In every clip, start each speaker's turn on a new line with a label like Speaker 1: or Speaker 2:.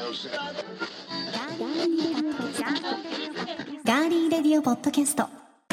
Speaker 1: ガーリーレディオポッドキャスト。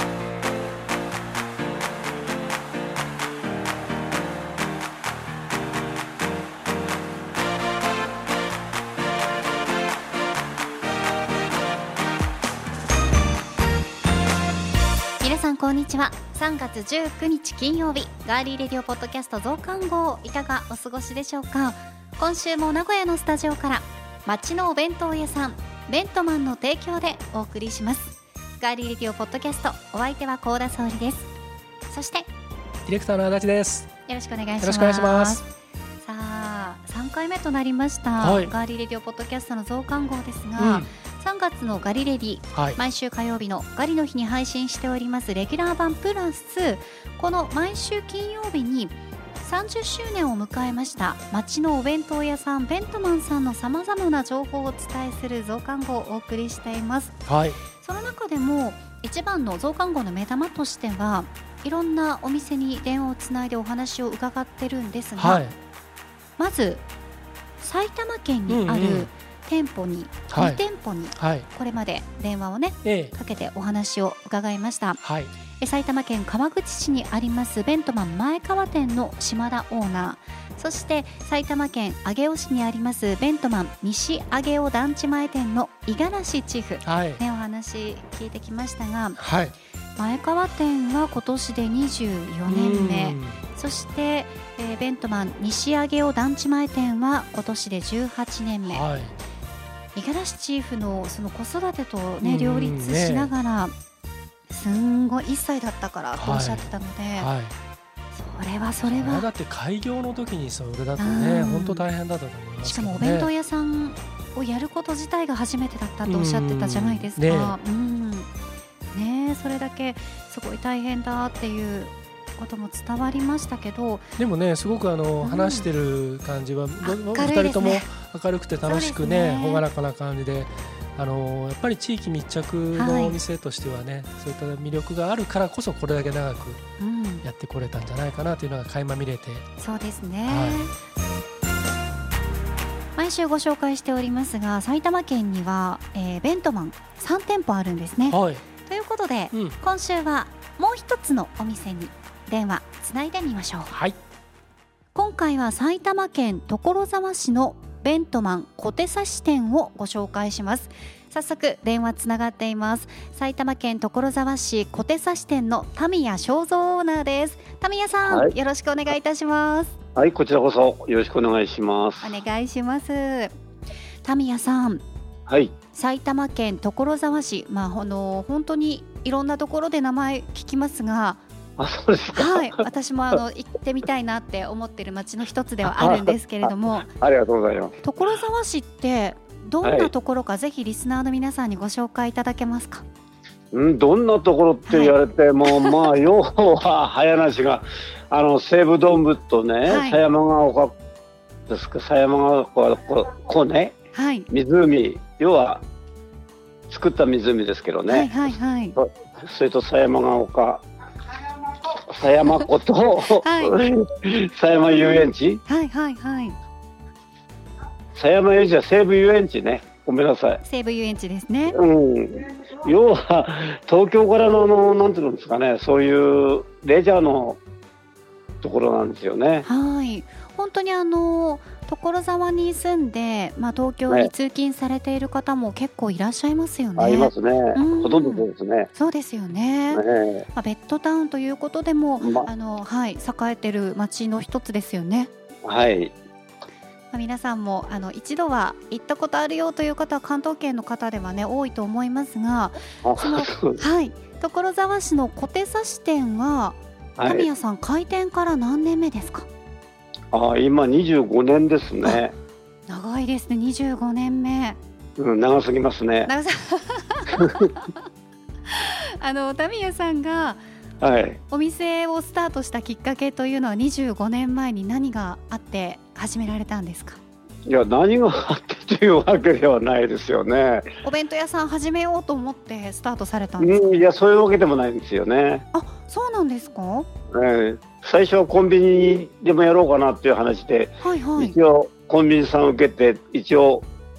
Speaker 1: 皆さんこんにちは。3月19日金曜日、ガーリーレディオポッドキャスト増刊号、いかがお過ごしでしょうか。今週も名古屋のスタジオから町のお弁当屋さんベントマンの提供でお送りします。ガーリーレディオポッドキャスト、お相手は高田沙織です。そして
Speaker 2: ディレクターの足立です。
Speaker 1: よろしくお願いします。
Speaker 2: よろしくお願いします。
Speaker 1: さあ3回目となりました、
Speaker 2: はい、
Speaker 1: ガーリーレディオポッドキャストの増刊号ですが、3月のガリレディ、
Speaker 2: はい、
Speaker 1: 毎週火曜日のガリの日に配信しておりますレギュラー版プラス、この毎週金曜日に30周年を迎えました町のお弁当屋さんベントマンさんのさまざまな情報をお伝えする増刊号をお送りしています、
Speaker 2: はい、
Speaker 1: その中でも一番の増刊号の目玉としてはいろんなお店に電話をつないでお話を伺ってるんですが、はい、まず埼玉県にある店舗に、2店舗にこれまで電話をね、かけてお話を伺いました、はい、埼玉県川口市にありますベントマン前川店の島田オーナー、そして埼玉県上尾市にありますベントマン西上尾団地前店の五十嵐チーフ、はいね、お話聞いてきましたが、はい、前川店は今年で24年目、そして、ベントマン西上尾団地前店は今年で18年目、はい、五十嵐チーフのその子育てと、ね、両立しながら、すんごい1歳だったからとおっしゃってたので、はい、それは
Speaker 2: だって開業の時にそれだとね本当大変だったと思いますけどね。
Speaker 1: しかもお弁当屋さんをやること自体が初めてだったとおっしゃってたじゃないですか、ね、それだけすごい大変だっていうことも伝わりましたけど、
Speaker 2: でもねすごく話してる感じは2人とも明るくて楽しくね、朗らかな感じで、やっぱり地域密着のお店としてはね、そういった魅力があるからこそこれだけ長くやってこれたんじゃないかなというのが垣間見れて、
Speaker 1: そうですね、はい、毎週ご紹介しておりますが埼玉県には、ベントマン3店舗あるんですね、はい、ということで、今週はもう一つのお店に電話つないでみましょう、はい、今回は埼玉県所沢市のベントマン小手指店をご紹介します。早速電話つながっています。埼玉県所沢市小手指店の田宮正蔵オーナーです。田宮さん、はい、よろしくお願いいたします。
Speaker 3: はい、こちらこそよろしくお願いします。
Speaker 1: お願いします。田宮さん、
Speaker 3: はい、
Speaker 1: 埼玉県所沢市、本当にいろんなところで名前聞きますが、
Speaker 3: そうですか。
Speaker 1: はい、私も行ってみたいなって思っている町の一つではあるんですけれども
Speaker 3: ありがとうございます。
Speaker 1: 所沢市ってどんなところか、ぜひリスナーの皆さんにご紹介いただけますか。
Speaker 3: どんなところって言われても、要は早なしが西武ドームとね、狭山ヶ丘ですか、狭山ヶ丘湖ね、湖、要は作った湖ですけどね、それと狭山ヶ丘、狭山湖と狭山遊園地、狭山遊園地は西武遊園地ね、ごめんなさい、
Speaker 1: 西武遊園地ですね、
Speaker 3: 要は東京からのなんていうんですかね、そういうレジャーのところなんですよね。
Speaker 1: はい、本当に所沢に住んで、東京に通勤されている方も結構いらっしゃいますよね。
Speaker 3: ありますね、ほとんどそうですね。
Speaker 1: そうですよね、ベッドタウンということでも、栄えてる街の一つですよね。
Speaker 3: はい、
Speaker 1: 皆さんも一度は行ったことあるよという方は関東圏の方ではね多いと思いますが、所沢市の小手指店は、田宮さん開店から何年目ですか。
Speaker 3: 今25年ですね。
Speaker 1: 長いですね、25年目、
Speaker 3: 長すぎますね。
Speaker 1: 田宮さんがお店をスタートしたきっかけというのは25年前に何があって始められたんですか。
Speaker 3: いや、何があってというわけではないですよね。
Speaker 1: お弁当屋さん始めようと思ってスタートされたんですか。
Speaker 3: いや、そういうわけでもないんですよね。
Speaker 1: そうなんですか。
Speaker 3: 最初はコンビニでもやろうかなっていう話で、一応コンビニさんを受けて、一応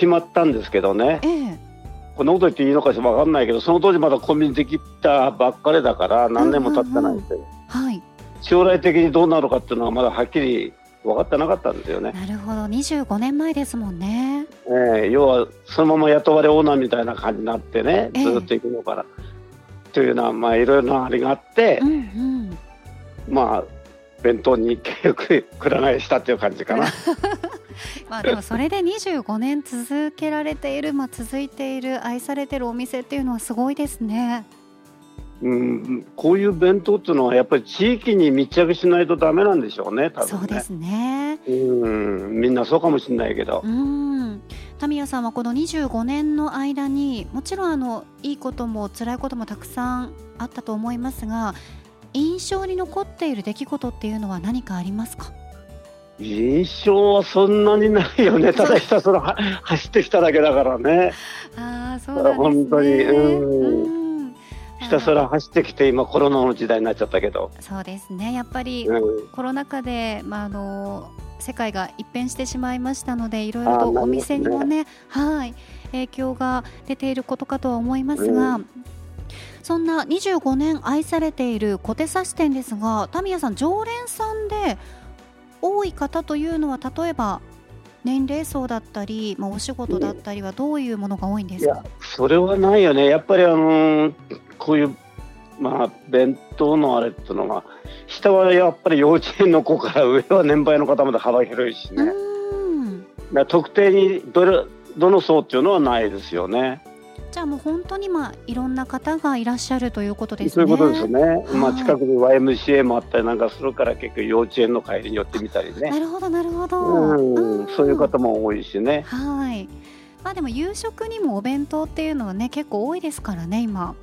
Speaker 3: 決まったんですけどね、こんなこと言っていいのかしら分かんないけど、その当時まだコンビニできたばっかりだから何年も経ってないんで、将来的にどうなるかっていうのはまだはっきり分かってなかったんですよね。
Speaker 1: なるほど、25年前ですもんね。
Speaker 3: 要はそのまま雇われオーナーみたいな感じになってね、ずっと行くのかなというのは、まあいろいろなあれがあって、まあ弁当にくら替えしたっていう感じかな。
Speaker 1: まあでもそれで25年続けられている、続いている、愛されているお店っていうのはすごいですね。
Speaker 3: こういう弁当っていうのはやっぱり地域に密着しないとダメなんでしょうね、多分ね。
Speaker 1: そうですね。
Speaker 3: みんなそうかもしれないけど。
Speaker 1: 田宮さんはこの25年の間にもちろんいいことも辛いこともたくさんあったと思いますが、印象に残っている出来事っていうのは何かありますか？
Speaker 3: 印象はそんなにないよね。ただひたすら走ってきただけだからね。
Speaker 1: そうなんですね。
Speaker 3: 本当に、ひたすら走ってきて、今コロナの時代になっちゃったけど。そう
Speaker 1: ですね、やっぱりコロナ禍で、世界が一変してしまいましたので、いろいろとお店にもね、影響が出ていることかとは思いますが、そんな25年愛されている小手刺し店ですが、田宮さん、常連さんで多い方というのは例えば年齢層だったり、お仕事だったりはどういうものが多いんですか？
Speaker 3: いや、それはないよね。やっぱりこういう弁当のあれっていうのは、下はやっぱり幼稚園の子から上は年配の方まで幅広いしね。特定にどの層っていうのはないですよね。
Speaker 1: じゃあもう本当にいろんな方がいらっしゃるということですね。
Speaker 3: そういうことですね。近くに YMCA もあったりなんかするから、結構幼稚園の帰りに寄ってみたりね。
Speaker 1: なるほどなるほど。
Speaker 3: そういう方も多いしね。
Speaker 1: でも夕食にもお弁当っていうのはね、結構多いですからね、今。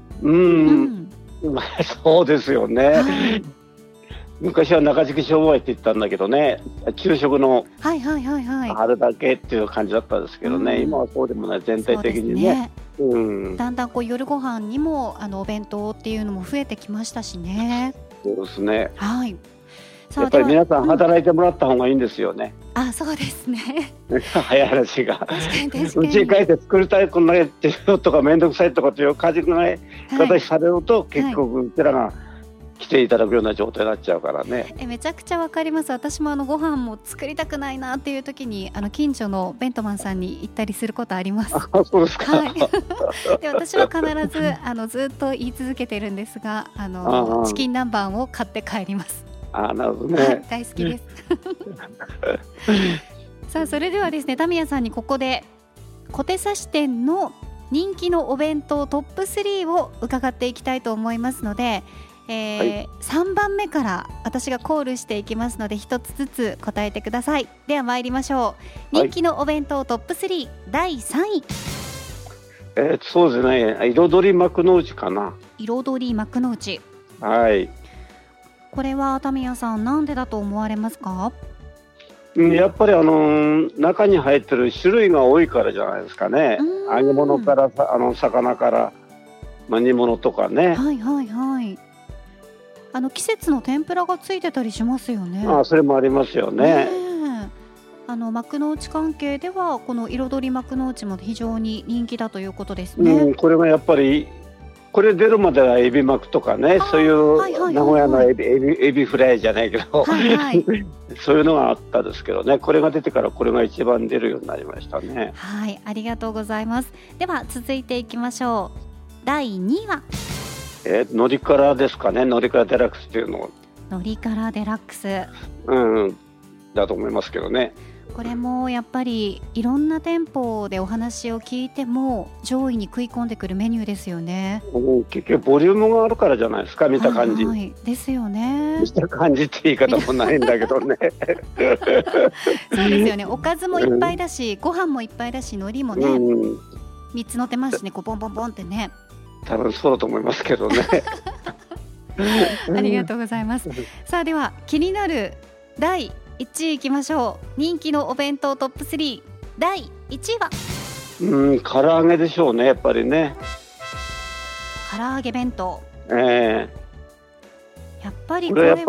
Speaker 3: そうですよね。昔は中敷商売って言ったんだけどね、昼食のあれだけっていう感じだったんですけどね、今はそうでもない、全体的にね。
Speaker 1: だんだん夜ご飯にもお弁当っていうのも増えてきましたしね。
Speaker 3: そうですね。やっぱり皆さん働いてもらった方がいいんですよね。
Speaker 1: そうですね。
Speaker 3: 早い話が。うちに帰って作りたいこんなっていうとか、面倒くさいとかっていう感じの形されると、結局うちらが来ていただくような状態になっちゃうからね。
Speaker 1: めちゃくちゃわかります。私もご飯も作りたくないなっていう時に近所のベントマンさんに行ったりすることあります。
Speaker 3: そうですか。
Speaker 1: で、私は必ずずっと言い続けてるんですが、チキン南蛮を買って帰ります。
Speaker 3: なるほどね。
Speaker 1: 大好きです。さあ、それではですね、田宮さんにここで小手刺し店の人気のお弁当トップ3を伺っていきたいと思いますので、3番目から私がコールしていきますので、1つずつ答えてください。では参りましょう。人気のお弁当トップ3、第3位。
Speaker 3: そうですね、彩り幕の内かな。
Speaker 1: 彩り幕の内。これは田宮さん、なんでだと思われますか？
Speaker 3: やっぱり中に入ってる種類が多いからじゃないですかね。揚げ物から魚から煮物とかね。
Speaker 1: 季節の天ぷらがついてたりしますよね。
Speaker 3: それもありますよね。
Speaker 1: 幕の内関係ではこの彩り幕の内も非常に人気だということですね。
Speaker 3: これがやっぱりこれ出るまではエビ幕とかね、そういう名古屋のエビフライじゃないけど、そういうのがあったですけどね、これが出てからこれが一番出るようになりましたね。
Speaker 1: ありがとうございます。では続いていきましょう。第2位は
Speaker 3: のりからですかね。のりからデラックスっていうの。
Speaker 1: のりからデラックス。
Speaker 3: だと思いますけどね。
Speaker 1: これもやっぱりいろんな店舗でお話を聞いても上位に食い込んでくるメニューですよね。
Speaker 3: 結局ボリュームがあるからじゃないですか、見た感じ。
Speaker 1: ですよね。
Speaker 3: 見た感じって言い方もないんだけどね。
Speaker 1: そうですよね。おかずもいっぱいだし、ご飯もいっぱいだし、海苔もね、3つ乗ってますしね、ボンボンボンってね。
Speaker 3: 多分そうだと思いますけどね。
Speaker 1: ありがとうございます。さあ、では気になる第1位いきましょう。人気のお弁当トップ3、第1位は
Speaker 3: 唐揚げでしょうね、やっぱりね。
Speaker 1: 唐揚げ弁当。
Speaker 3: や
Speaker 1: っぱりこれは
Speaker 3: や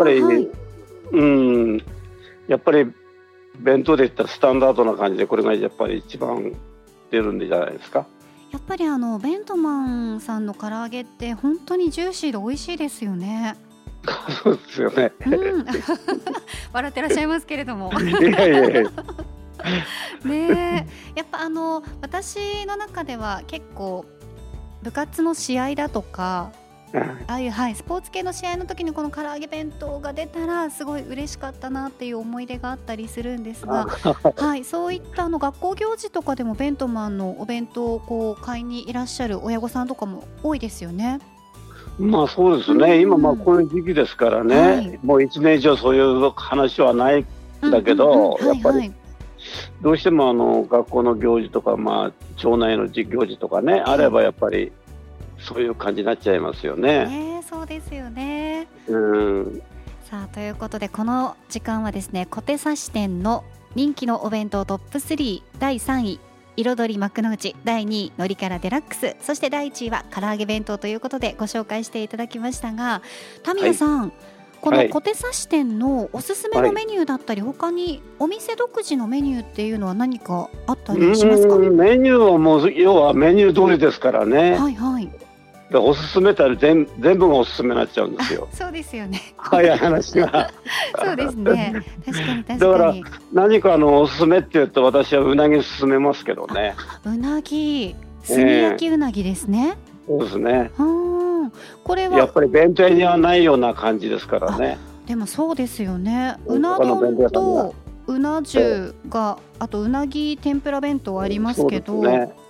Speaker 3: っぱり弁当で言ったらスタンダードな感じで、これがやっぱり一番ってるんじゃないですか。
Speaker 1: やっぱりベントマンさんの唐揚げって本当にジューシーで美味しいですよね。
Speaker 3: そうですよね、
Speaker 1: 笑ってらっしゃいますけれども
Speaker 3: いやいやいや
Speaker 1: ねえ、やっぱ私の中では結構部活の試合だとかああいう、スポーツ系の試合の時にこの唐揚げ弁当が出たらすごい嬉しかったなっていう思い出があったりするんですが、そういった学校行事とかでもベントマンのお弁当をこう買いにいらっしゃる親御さんとかも多いですよね。
Speaker 3: まあそうですね、今こういう時期ですからね、もう一年以上そういう話はないんだけど、やっぱりどうしても学校の行事とか、町内の行事とかね、あればやっぱりそういう感じになっちゃいますよね。
Speaker 1: そうですよね。さあということでこの時間はですね、小手刺し店の人気のお弁当トップ3、第3位彩り幕の内、第2位のりからデラックス、そして第1位は唐揚げ弁当ということでご紹介していただきましたが、タミヤさん、この小手刺し店のおすすめのメニューだったり、他にお店独自のメニューっていうのは何かあったりしますか？
Speaker 3: メニューはもう要はメニュー通りですからね。おすすめたら全部がおすすめになっちゃうんですよ。
Speaker 1: そうですよね。
Speaker 3: 早い話が
Speaker 1: そうですね。確かに確かに。
Speaker 3: だから何かおすすめっていうと、私はうなぎ勧めますけどね。
Speaker 1: うなぎ、炭焼きうなぎですね。
Speaker 3: そうですね。
Speaker 1: これは
Speaker 3: やっぱり弁当にはないような感じですからね。
Speaker 1: でもそうですよね。うな丼とうな重が、あとうなぎ天ぷら弁当ありますけど、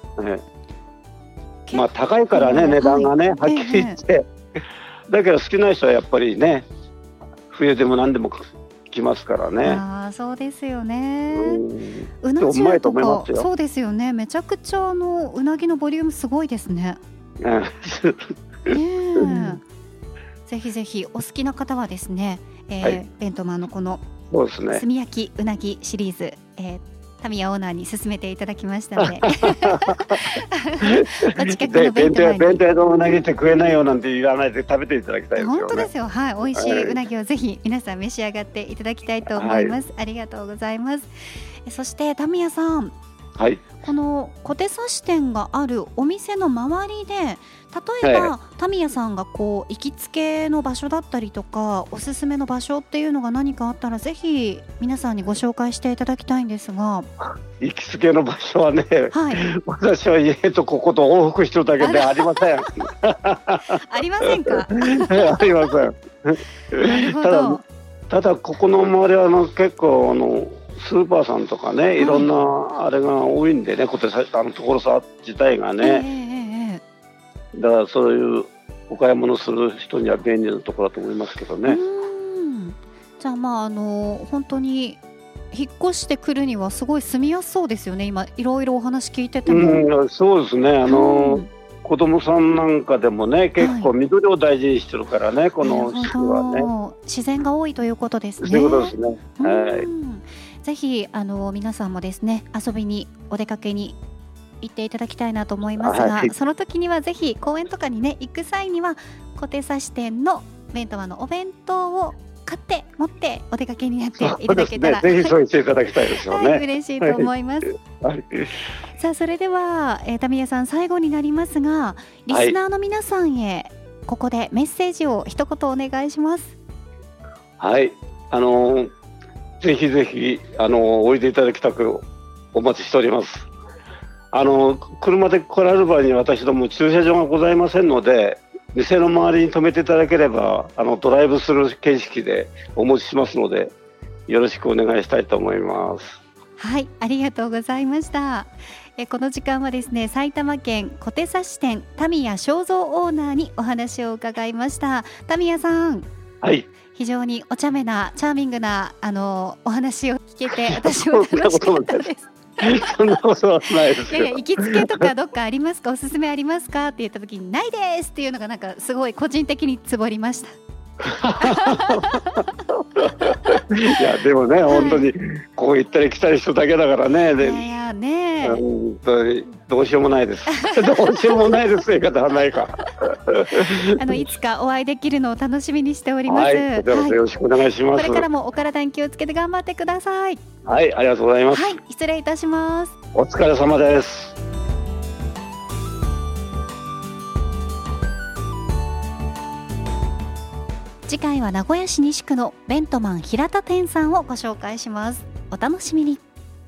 Speaker 3: 高いからね、値段がね、はっきり言って、だけど好きな人はやっぱりね、冬でも何でも来ますからね。
Speaker 1: そうですよね。うな重とか、そうですよね。めちゃくちゃうなぎのボリュームすごいですね。ぜひぜひお好きな方はですね、ベントマンのこの炭焼きうなぎシリーズ、タミヤオーナーに勧めていただきましたのでお近くの弁当屋に
Speaker 3: 弁当屋のうなぎって食えないよなんて言わないで食べていただきたいですよね。
Speaker 1: 本当ですよ。美味しいうなぎをぜひ皆さん召し上がっていただきたいと思います。ありがとうございます。そしてタミヤさん、この小手刺し店があるお店の周りで、例えば、タミヤさんが行きつけの場所だったりとか、おすすめの場所っていうのが何かあったらぜひ皆さんにご紹介していただきたいんですが。
Speaker 3: 行きつけの場所はね、私は家とここと往復してるだけでありません。
Speaker 1: ありませんか？
Speaker 3: ありません。ただここの周りは結構スーパーさんとかね、いろんなあれが多いんでね、所沢自体がね、だからそういうお買い物する人には便利なところだと思いますけどね。
Speaker 1: じゃあ本当に引っ越してくるにはすごい住みやすそうですよね。今いろいろお話聞いてても。
Speaker 3: そうですね。子供さんなんかでもね、結構緑を大事にしてるからね、この地区はね。
Speaker 1: 自然が多いということですね。
Speaker 3: そういうことですね。
Speaker 1: ぜひ皆さんもですね、遊びにお出かけに行っていただきたいなと思いますが、その時にはぜひ公園とかにね行く際には小手刺し店のベントマンのお弁当を買って持ってお出かけになっていただけたら、
Speaker 3: ぜひそうしていただきたいですよね。
Speaker 1: 嬉しいと思います。さあそれではタミヤさん、最後になりますが、リスナーの皆さんへここでメッセージを一言お願いします。
Speaker 3: ぜひぜひおいでいただきたくお待ちしております。車で来られる場合に私ども駐車場がございませんので、店の周りに止めていただければドライブスルー形式でお持ちしますので、よろしくお願いしたいと思います。
Speaker 1: ありがとうございました。この時間はですね、埼玉県小手刺し店タミヤ正蔵オーナーにお話を伺いました。タミヤさん、非常にお茶目なチャーミングなお話を聞けて私も楽しかったです。
Speaker 3: そんなことはないですよ。
Speaker 1: 行きつけとかどっかありますか、おすすめありますかって言った時にないですっていうのがなんかすごい個人的につぼりました。
Speaker 3: いやでもね、本当にここ行ったり来たり人だけだからね。本当にどうしようもないです。どうしようもないですという言い方はないか。
Speaker 1: いつかお会いできるのを楽しみにしております。
Speaker 3: よろしくお願いします。
Speaker 1: これからもお体に気をつけて頑張ってください。
Speaker 3: ありがとうございます。
Speaker 1: 失礼いたします。
Speaker 3: お疲れ様です。
Speaker 1: 次回は名古屋市西区のベントマン平田店さんをご紹介します。お楽しみに。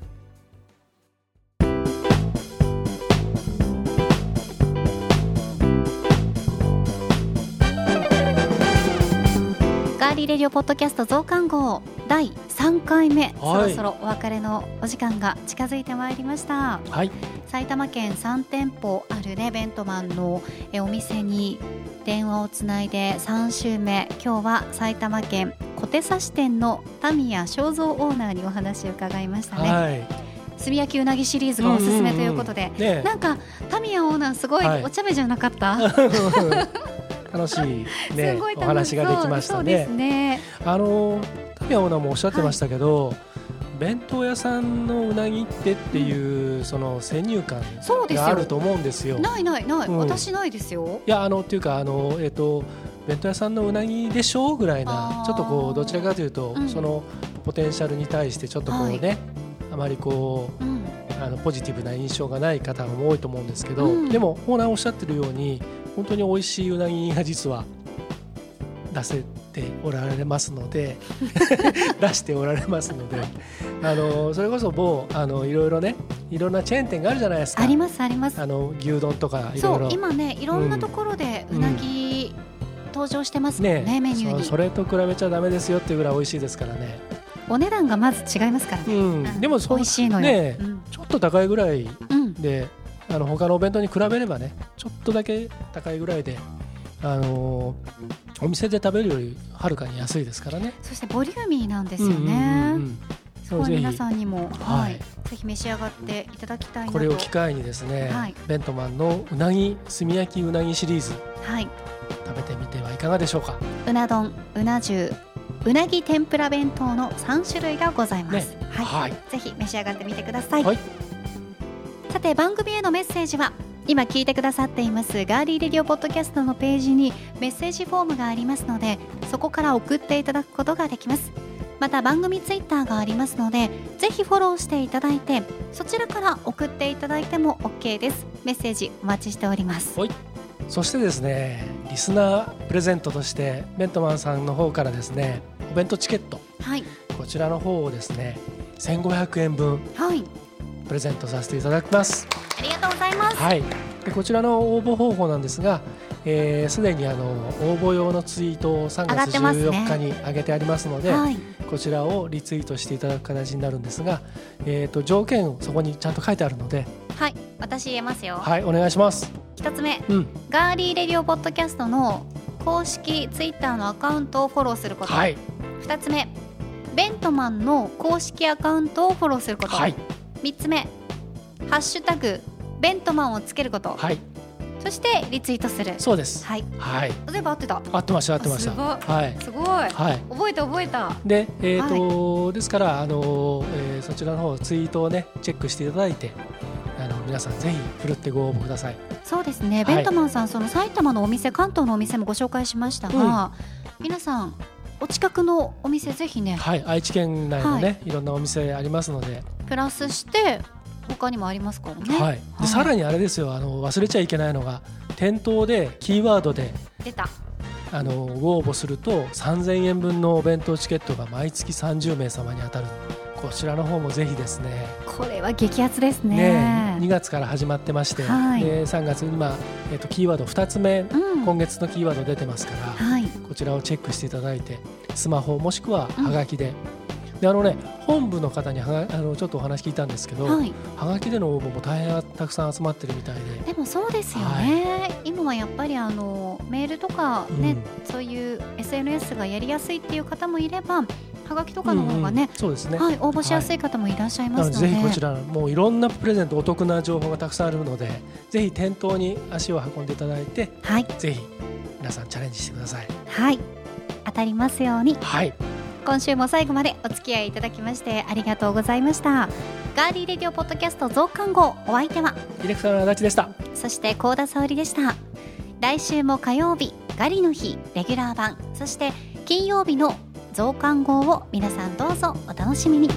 Speaker 1: ガーリーレディオポッドキャスト増刊号第3回目、そろそろお別れのお時間が近づいてまいりました。
Speaker 2: はい、
Speaker 1: 埼玉県3店舗あるねベントマンのお店に電話をつないで3週目、今日は埼玉県小手刺店の田宮正蔵オーナーにお話を伺いましたね。はい、炭焼きうなぎシリーズがおすすめということで、
Speaker 2: ね、
Speaker 1: なんか田宮オーナーすごいお茶目じゃなかった、
Speaker 2: 楽しい、ね、お話ができましたね。
Speaker 1: そうですね。
Speaker 2: 田宮オーナーもおっしゃってましたけど、弁当屋さんのうなぎっていうその先入観があると思うんですよ。
Speaker 1: ない、私ないですよ。
Speaker 2: いやっていうか弁当屋さんのうなぎでしょうぐらいな、ちょっとこうどちらかというと、そのポテンシャルに対してちょっとこうね、あまりこう、ポジティブな印象がない方も多いと思うんですけど、でもオーナーおっしゃってるように本当に美味しいうなぎが実は出せておられますので出しておられますので、それこそいろいろね、いろんなチェーン店があるじゃないですか。
Speaker 1: ありますあります。
Speaker 2: 牛丼とかいろいろ、
Speaker 1: そう今ねいろんなところでうなぎ、登場してますもんね、メニューに。
Speaker 2: それと比べちゃダメですよっていうぐらい美味しいですからね。
Speaker 1: お値段がまず違いますからね、
Speaker 2: でも
Speaker 1: 美味しいのよ、
Speaker 2: ね、ちょっと高いぐらいで、他のお弁当に比べればね、ちょっとだけ高いぐらいで、お店で食べるよりはるかに安いですからね。そ
Speaker 1: してボリューミーなんですよね。すごい皆さんにも、ぜひ召し上がっていただきたいなと。
Speaker 2: これを機会にですね、ベントマンのうなぎ炭焼きうなぎシリーズ、食べてみてはいかがでしょうか。
Speaker 1: うな丼、うな重、うなぎ天ぷら弁当の3種類がございます、ぜひ召し上がってみてください、さて番組へのメッセージは今聞いてくださっていますガーリーレディオポッドキャストのページにメッセージフォームがありますので、そこから送っていただくことができます。また番組ツイッターがありますので、ぜひフォローしていただいて、そちらから送っていただいても OK です。メッセージお待ちしております。
Speaker 2: そしてですね、リスナープレゼントとしてベントマンさんの方からですね、お弁当チケット、こちらの方をですね1500円分、プレゼントさせていただきます。
Speaker 1: ありがとうございます。
Speaker 2: でこちらの応募方法なんですが、すでに応募用のツイートを3月14日に上げてありますので、こちらをリツイートしていただく形になるんですが、条件をそこにちゃんと書いてあるので、
Speaker 1: 私言えますよ。
Speaker 2: お願いします。
Speaker 1: 1つ目、ガーリーレディオポッドキャストの公式ツイッターのアカウントをフォローすること、2つ目、ベントマンの公式アカウントをフォローすること、3つ目、ハッシュタグベントマンをつけること、そしてリツイートする。
Speaker 2: そうです。
Speaker 1: 全部合ってた。
Speaker 2: 合ってました。
Speaker 1: すごい、覚えた。
Speaker 2: で、ですからそちらの方ツイートをねチェックしていただいて、皆さんぜひふるってご応募ください。
Speaker 1: そうですね。ベントマンさん、その埼玉のお店、関東のお店もご紹介しましたが、皆さんお近くのお店ぜひね、
Speaker 2: 愛知県内のね、いろんなお店ありますので、プ
Speaker 1: ラスして他にもありますからね。
Speaker 2: でさらにあれですよ、忘れちゃいけないのが、店頭でキーワードで
Speaker 1: 出た
Speaker 2: ご応募すると3000円分のお弁当チケットが毎月30名様に当たる。こちらの方もぜひですね。こ
Speaker 1: れは激アツですね。
Speaker 2: 2月から始まってまして、で3月今、キーワード2つ目、今月のキーワード出てますから、こちらをチェックしていただいて、スマホもしくははがきで、で本部の方にちょっとお話聞いたんですけど、はがきでの応募も大変たくさん集まってるみたいで。
Speaker 1: でもそうですよね、今はやっぱりメールとかね、そういう SNS がやりやすいっていう方もいれば、はがきとかの方がね、
Speaker 2: そうですね、
Speaker 1: 応募しやすい方もいらっしゃいますので、
Speaker 2: ぜひこちらもういろんなプレゼント、お得な情報がたくさんあるので、ぜひ店頭に足を運んでいただいて、ぜひ皆さんチャレンジしてください。
Speaker 1: 当たりますように。今週も最後までお付き合いいただきましてありがとうございました。ガーリーレディオポッドキャスト増刊号、お相手は
Speaker 2: ディレクターの足立でした。
Speaker 1: そして幸田沙織でした。来週も火曜日ガリの日レギュラー版、そして金曜日の増刊号を皆さんどうぞお楽しみに。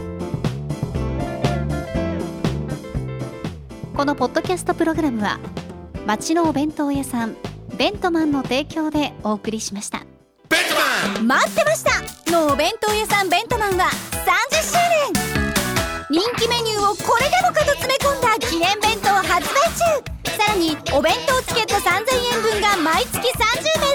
Speaker 1: このポッドキャストプログラムは町のお弁当屋さんベントマンの提供でお送りしました。ベントマン
Speaker 4: 待ってましたのお弁当屋さんベントマンは30周年。人気メニューをこれでもかと詰め込んだ記念弁当発売中。さらにお弁当チケット3000円分が毎月30名